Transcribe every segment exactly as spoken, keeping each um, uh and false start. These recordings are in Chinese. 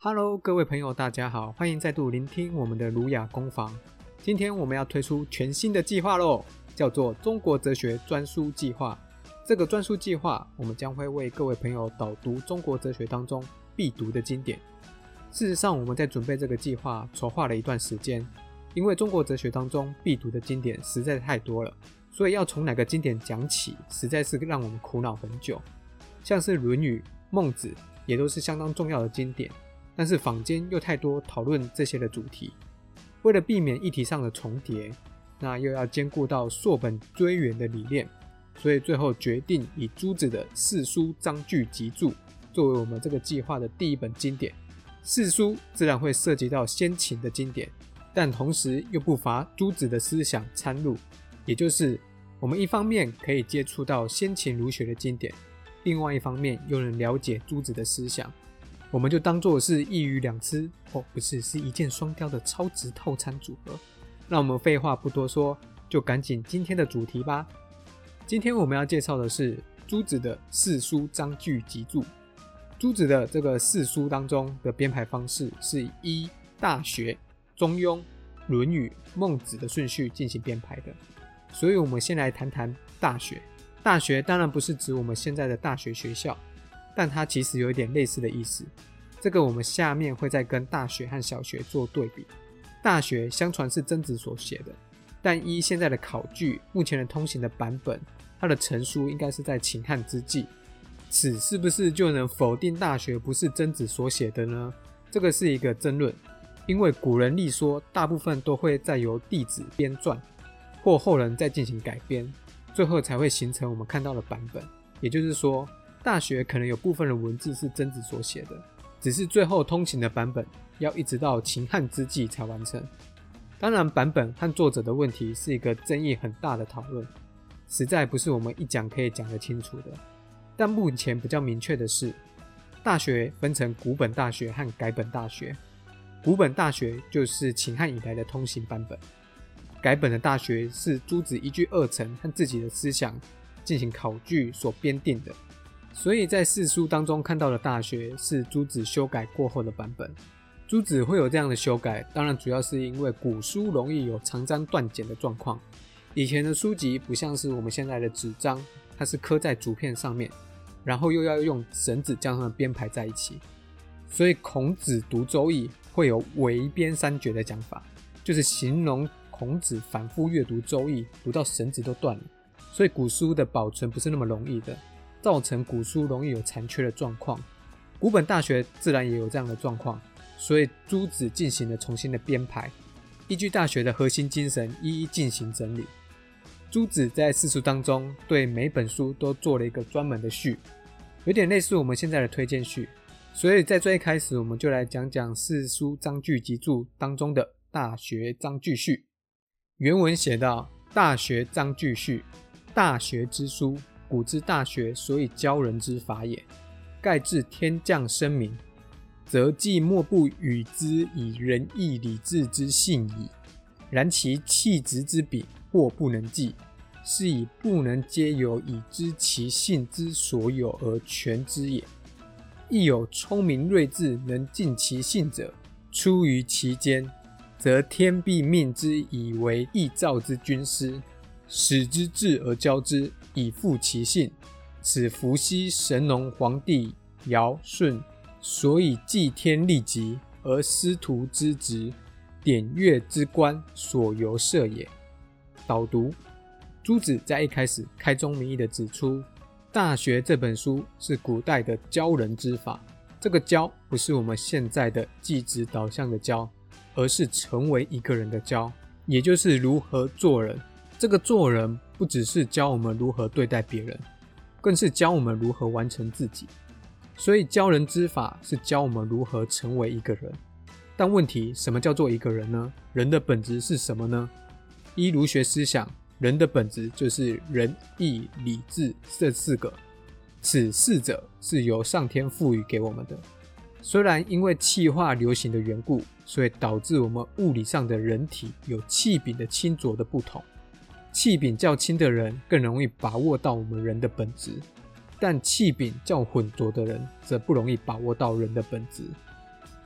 Hello， 各位朋友，大家好，欢迎再度聆听我们的儒雅工坊。今天我们要推出全新的计划咯，叫做中国哲学专书计划。这个专书计划，我们将会为各位朋友导读中国哲学当中必读的经典。事实上，我们在准备这个计划筹划了一段时间，因为中国哲学当中必读的经典实在太多了，所以要从哪个经典讲起，实在是让我们苦恼很久。像是《论语》、孟子也都是相当重要的经典，但是坊间又太多讨论这些的主题，为了避免议题上的重叠，那又要兼顾到溯本追源的理念，所以最后决定以朱子的《四书章句集注》作为我们这个计划的第一本经典。四书自然会涉及到先秦的经典，但同时又不乏朱子的思想参入，也就是我们一方面可以接触到先秦儒学的经典，另外一方面又能了解朱子的思想，我们就当作是一鱼两吃，哦，不是，是一箭双雕的超值套餐组合。那我们废话不多说，就赶紧今天的主题吧。今天我们要介绍的是朱子的《四书章句集注》。朱子的这个四书当中的编排方式是依大学、中庸、论语、孟子的顺序进行编排的，所以我们先来谈谈大学。大学当然不是指我们现在的大学学校，但它其实有一点类似的意思，这个我们下面会再跟大学和小学做对比。大学相传是曾子所写的，但依现在的考据，目前的通行的版本，它的成书应该是在秦汉之际。此是不是就能否定大学不是曾子所写的呢？这个是一个争论，因为古人立说大部分都会再由弟子编撰，或后人再进行改编，最后才会形成我们看到的版本。也就是说，大学可能有部分的文字是曾子所写的，只是最后通行的版本要一直到秦汉之际才完成。当然，版本和作者的问题是一个争议很大的讨论，实在不是我们一讲可以讲得清楚的。但目前比较明确的是，大学分成古本大学和改本大学。古本大学就是秦汉以来的通行版本，改本的大学是朱子依据二程和自己的思想进行考据所编定的。所以在四书当中看到的大学是朱子修改过后的版本。朱子会有这样的修改，当然主要是因为古书容易有长章断简的状况。以前的书籍不像是我们现在的纸张，它是刻在竹片上面，然后又要用绳子将它们编排在一起。所以孔子读周易会有围编三绝的讲法，就是形容孔子反复阅读周易，读到绳子都断了。所以古书的保存不是那么容易的，造成古书容易有残缺的状况。古本大学自然也有这样的状况，所以朱子进行了重新的编排，依据大学的核心精神一一进行整理。朱子在四书当中对每本书都做了一个专门的序，有点类似我们现在的推荐序。所以在最一开始我们就来讲讲四书章句集注当中的大学章句序。原文写道：大学章句序，大学之书，古之大学所以教人之法也。盖至天降生民，则既莫不与之以仁义礼智之信矣。然其气质之秉，或不能记，是以不能皆有以知其性之所有而全之也。亦有聪明睿智能尽其性者，出于其间，则天必命之以为义造之军师，使之智而教之，以复其性。此伏羲、神农、黄帝、尧、舜所以祭天立极，而师徒之职，典乐之官所由设也。导读：朱子在一开始开宗明义地指出，《大学》这本书是古代的教人之法。这个教不是我们现在的技职导向的教，而是成为一个人的教，也就是如何做人。这个做人不只是教我们如何对待别人，更是教我们如何完成自己。所以教人之法是教我们如何成为一个人。但问题，什么叫做一个人呢？人的本质是什么呢？依儒学思想，人的本质就是仁义礼智这四个，此四者是由上天赋予给我们的。虽然因为气化流行的缘故，所以导致我们物理上的人体有气柄的轻浊的不同，气柄较轻的人更容易把握到我们人的本质，但气柄较浑浊的人则不容易把握到人的本质。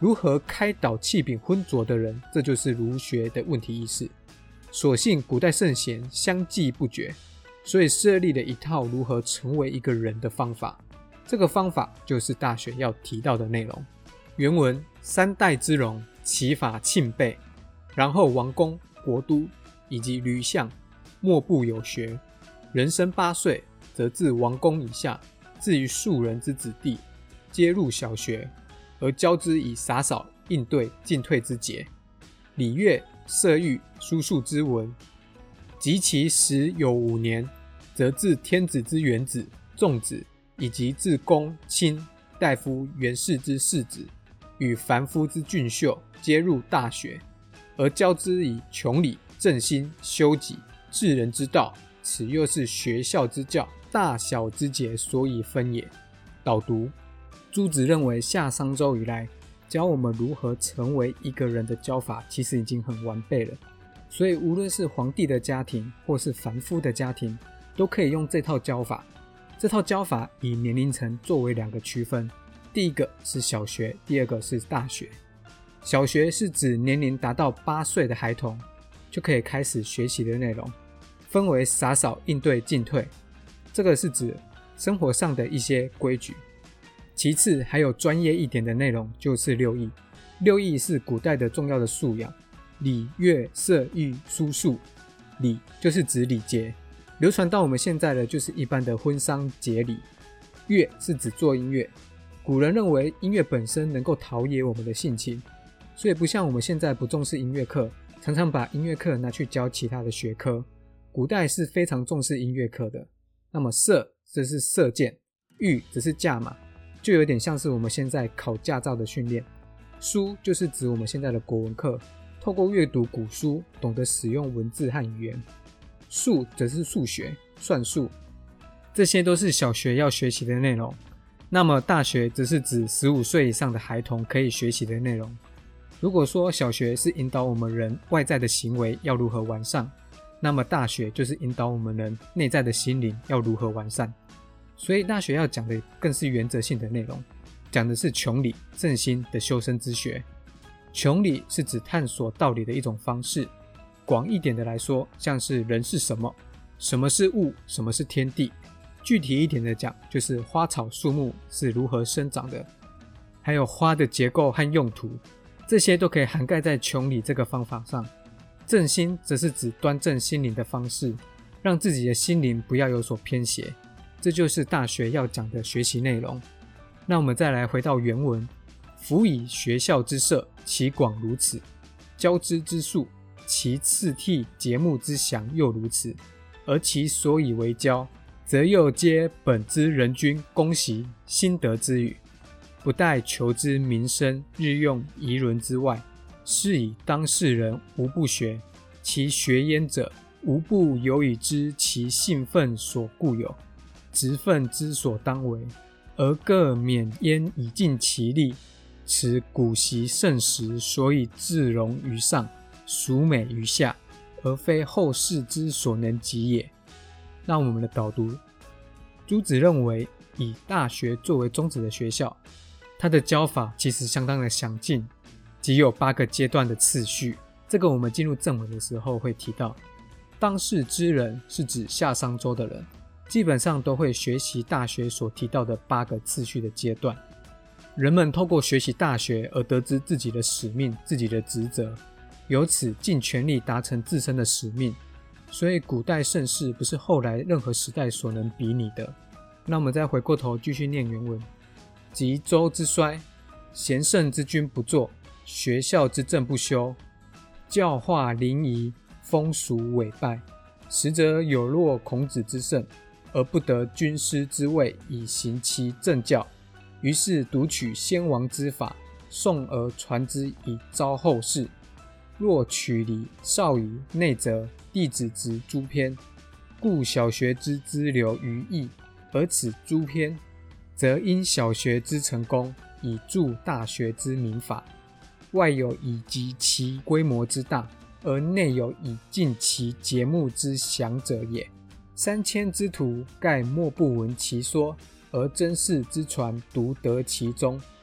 如何开导气柄浑浊的人，这就是儒学的问题意识。所幸古代圣贤相继不绝，所以设立了一套如何成为一个人的方法。这个方法就是大学要提到的内容。原文：三代之戎，其法庆备，然后王公、国都以及吕相莫不有学。人生八岁，则自王公以下，至于庶人之子弟，皆入小学，而教之以洒扫、应对、进退之节，礼乐、射御、书数之文。及其时有五年，则至天子之元子、仲子，以及至公、卿、大夫、元士之士子，与凡夫之俊秀，皆入大学，而教之以穷理、正心、修己、治人之道。此又是学校之教，大小之节所以分也。导读：朱子认为夏商周以来教我们如何成为一个人的教法其实已经很完备了，所以无论是皇帝的家庭或是凡夫的家庭都可以用这套教法。这套教法以年龄层作为两个区分，第一个是小学，第二个是大学。小学是指年龄达到八岁的孩童就可以开始学习的内容，分为洒扫、应对、进退，这个是指生活上的一些规矩。其次还有专业一点的内容，就是六艺。六艺是古代的重要的素养，礼、乐、射、御、书数。礼就是指礼节，流传到我们现在的就是一般的婚丧节礼。乐是指做音乐，古人认为音乐本身能够陶冶我们的性情，所以不像我们现在不重视音乐课，常常把音乐课拿去教其他的学科。古代是非常重视音乐课的。那么射这是射箭，御则是驾马，就有点像是我们现在考驾照的训练。书就是指我们现在的国文课，透过阅读古书懂得使用文字和语言。数则是数学、算术，这些都是小学要学习的内容。那么大学则是指十五岁以上的孩童可以学习的内容。如果说小学是引导我们人外在的行为要如何完善，那么大学就是引导我们人内在的心灵要如何完善。所以大学要讲的更是原则性的内容，讲的是穷理、正心的修身之学。穷理是指探索道理的一种方式，广一点的来说，像是人是什么，什么是物，什么是天地。具体一点的讲，就是花草树木是如何生长的，还有花的结构和用途，这些都可以涵盖在穷理这个方法上。正心则是指端正心灵的方式，让自己的心灵不要有所偏斜，这就是大学要讲的学习内容。那我们再来回到原文：夫以学校之设，其广如此；教之之术，其次替节目之详又如此。而其所以为教，则又皆本之人君恭习心得之语，不待求之民生日用仪伦之外，是以当世人无不学，其学焉者无不有以知其兴奋所固有，职分之所当为，而各免焉以尽其力。此古习圣时所以自容于上，俗美于下，而非后世之所能及也。那我们的导读：朱子认为以大学作为宗旨的学校，它的教法其实相当的详尽，即有八个阶段的次序。这个我们进入正文的时候会提到。当世之人是指夏商周的人，基本上都会学习大学所提到的八个次序的阶段。人们透过学习大学而得知自己的使命、自己的职责，由此尽全力达成自身的使命。所以古代盛世不是后来任何时代所能比拟的。那我们再回过头继续念原文：及周之衰，贤圣之君不作，学校之政不修，教化临夷，风俗委败，实则有若孔子之盛，而不得军师之位以行其政教，于是独取先王之法，诵而传之以昭后世。若取礼、少仪、内则、弟子之诸篇，故小学之资流于义，而此诸篇，则因小学之成功，以助大学之民法。外有以及其规模之大，而内有以尽其节目之详者也。三千之徒，盖莫不闻其说，而真事之传独得其中。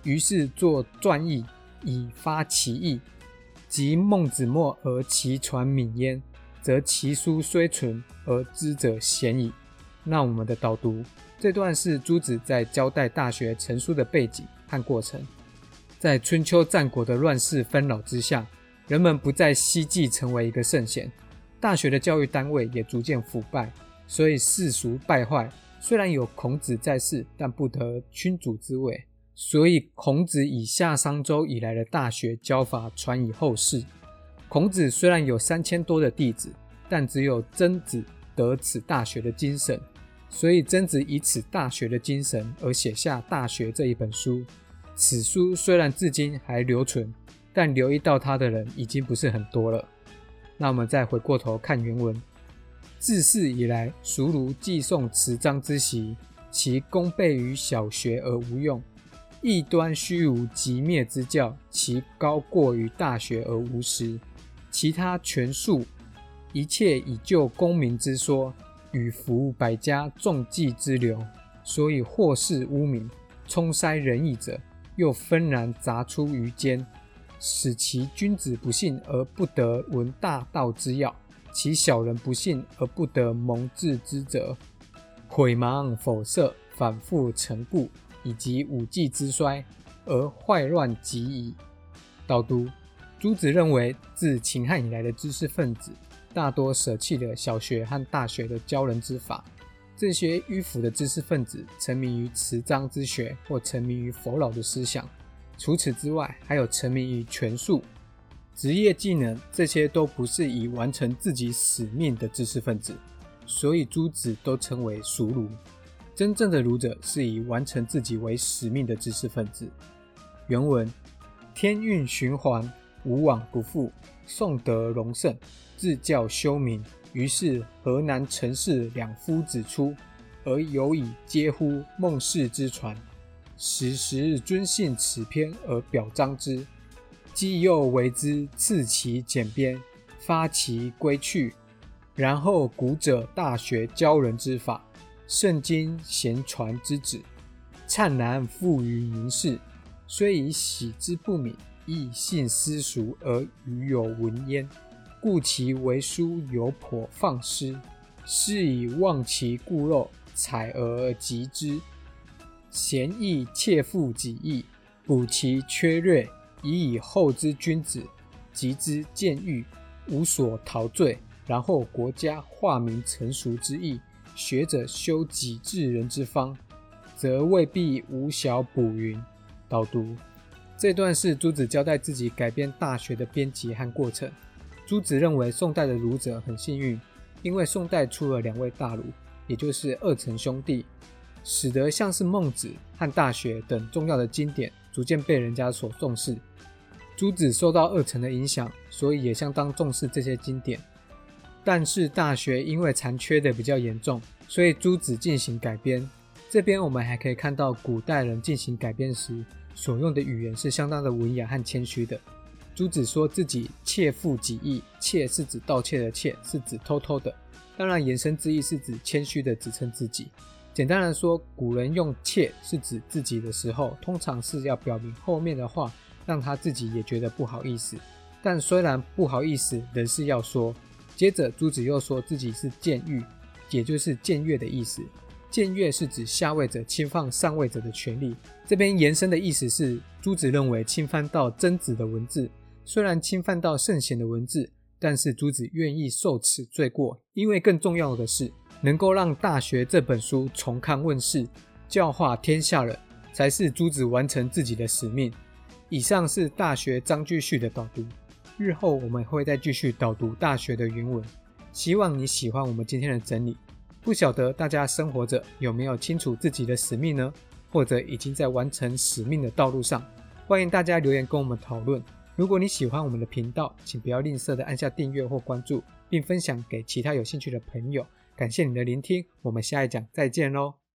于是作传译以发其意。及孟子墨而其传泯焉，则其书虽存而知者鲜矣。那我们的导读，这段是朱子在交代大学成书的背景和过程。在春秋战国的乱世纷扰之下，人们不再希冀成为一个圣贤，大学的教育单位也逐渐腐败，所以世俗败坏。虽然有孔子在世，但不得君主之位，所以孔子以夏商周以来的大学教法传以后世。孔子虽然有三千多的弟子，但只有曾子得此大学的精神，所以曾子以此大学的精神而写下《大学》这一本书。此书虽然至今还留存，但留意到它的人已经不是很多了。那我们再回过头看原文，自世以来，孰如寄送辞章之习，其功备于小学而无用；异端虚无极灭之教，其高过于大学而无实。其他权术，一切以就功名之说，与服百家众计之流，所以或是污名，充塞仁义者，又纷然杂出于间，使其君子不信而不得闻大道之要，其小人不信而不得蒙智之责，毁盲否色，反复成故，以及五季之衰，而坏乱极矣。导读：朱子认为，自秦汉以来的知识分子大多舍弃了小学和大学的教人之法，这些迂腐的知识分子沉迷于辞章之学，或沉迷于佛老的思想。除此之外，还有沉迷于权术、职业技能，这些都不是以完成自己使命的知识分子，所以朱子都称为俗儒。真正的儒者是以完成自己为使命的知识分子。原文：天运循环，无往不复，宋德隆盛，自教修明。于是河南陈氏两夫子出，而有以皆乎孟氏之传，时时遵信此篇而表彰之，既又为之赐其简编，发其归去。然后古者大学教人之法，圣经贤传之旨，灿然赋于民世，虽以喜之不敏，亦信私塾而与有闻焉，故其为书有颇放失，是以忘其固陋，采而集之。贤亦切腹己意，补其缺略，以以后之君子，及之见欲，无所陶醉。然后国家化民成熟之意，学者修己治人之方，则未必无小补云。导读：这段是朱子交代自己改编大学的编辑和过程。朱子认为宋代的儒者很幸运，因为宋代出了两位大儒，也就是二程兄弟，使得像是孟子和大学等重要的经典逐渐被人家所重视。朱子受到二程的影响，所以也相当重视这些经典。但是大学因为残缺的比较严重，所以朱子进行改编。这边我们还可以看到古代人进行改编时所用的语言是相当的文雅和谦虚的。朱子说自己窃腹己意，窃是指盗窃的窃，是指偷偷的，当然延伸之意是指谦虚的指称自己。简单来说，古人用窃是指自己的时候，通常是要表明后面的话让他自己也觉得不好意思，但虽然不好意思仍是要说。接着朱子又说自己是僭越，也就是僭越的意思。僭越是指下位者侵犯上位者的权利，这边延伸的意思是朱子认为侵犯到曾子的文字，虽然侵犯到圣贤的文字，但是朱子愿意受此罪过，因为更重要的是能够让《大学》这本书重刊问世，教化天下人，才是朱子完成自己的使命。以上是《大学》章句序的导读，日后我们会再继续导读《大学》的原文，希望你喜欢我们今天的整理。不晓得大家生活着有没有清楚自己的使命呢？或者已经在完成使命的道路上？欢迎大家留言跟我们讨论。如果你喜欢我们的频道，请不要吝啬的按下订阅或关注，并分享给其他有兴趣的朋友。感谢你的聆听，我们下一讲再见咯。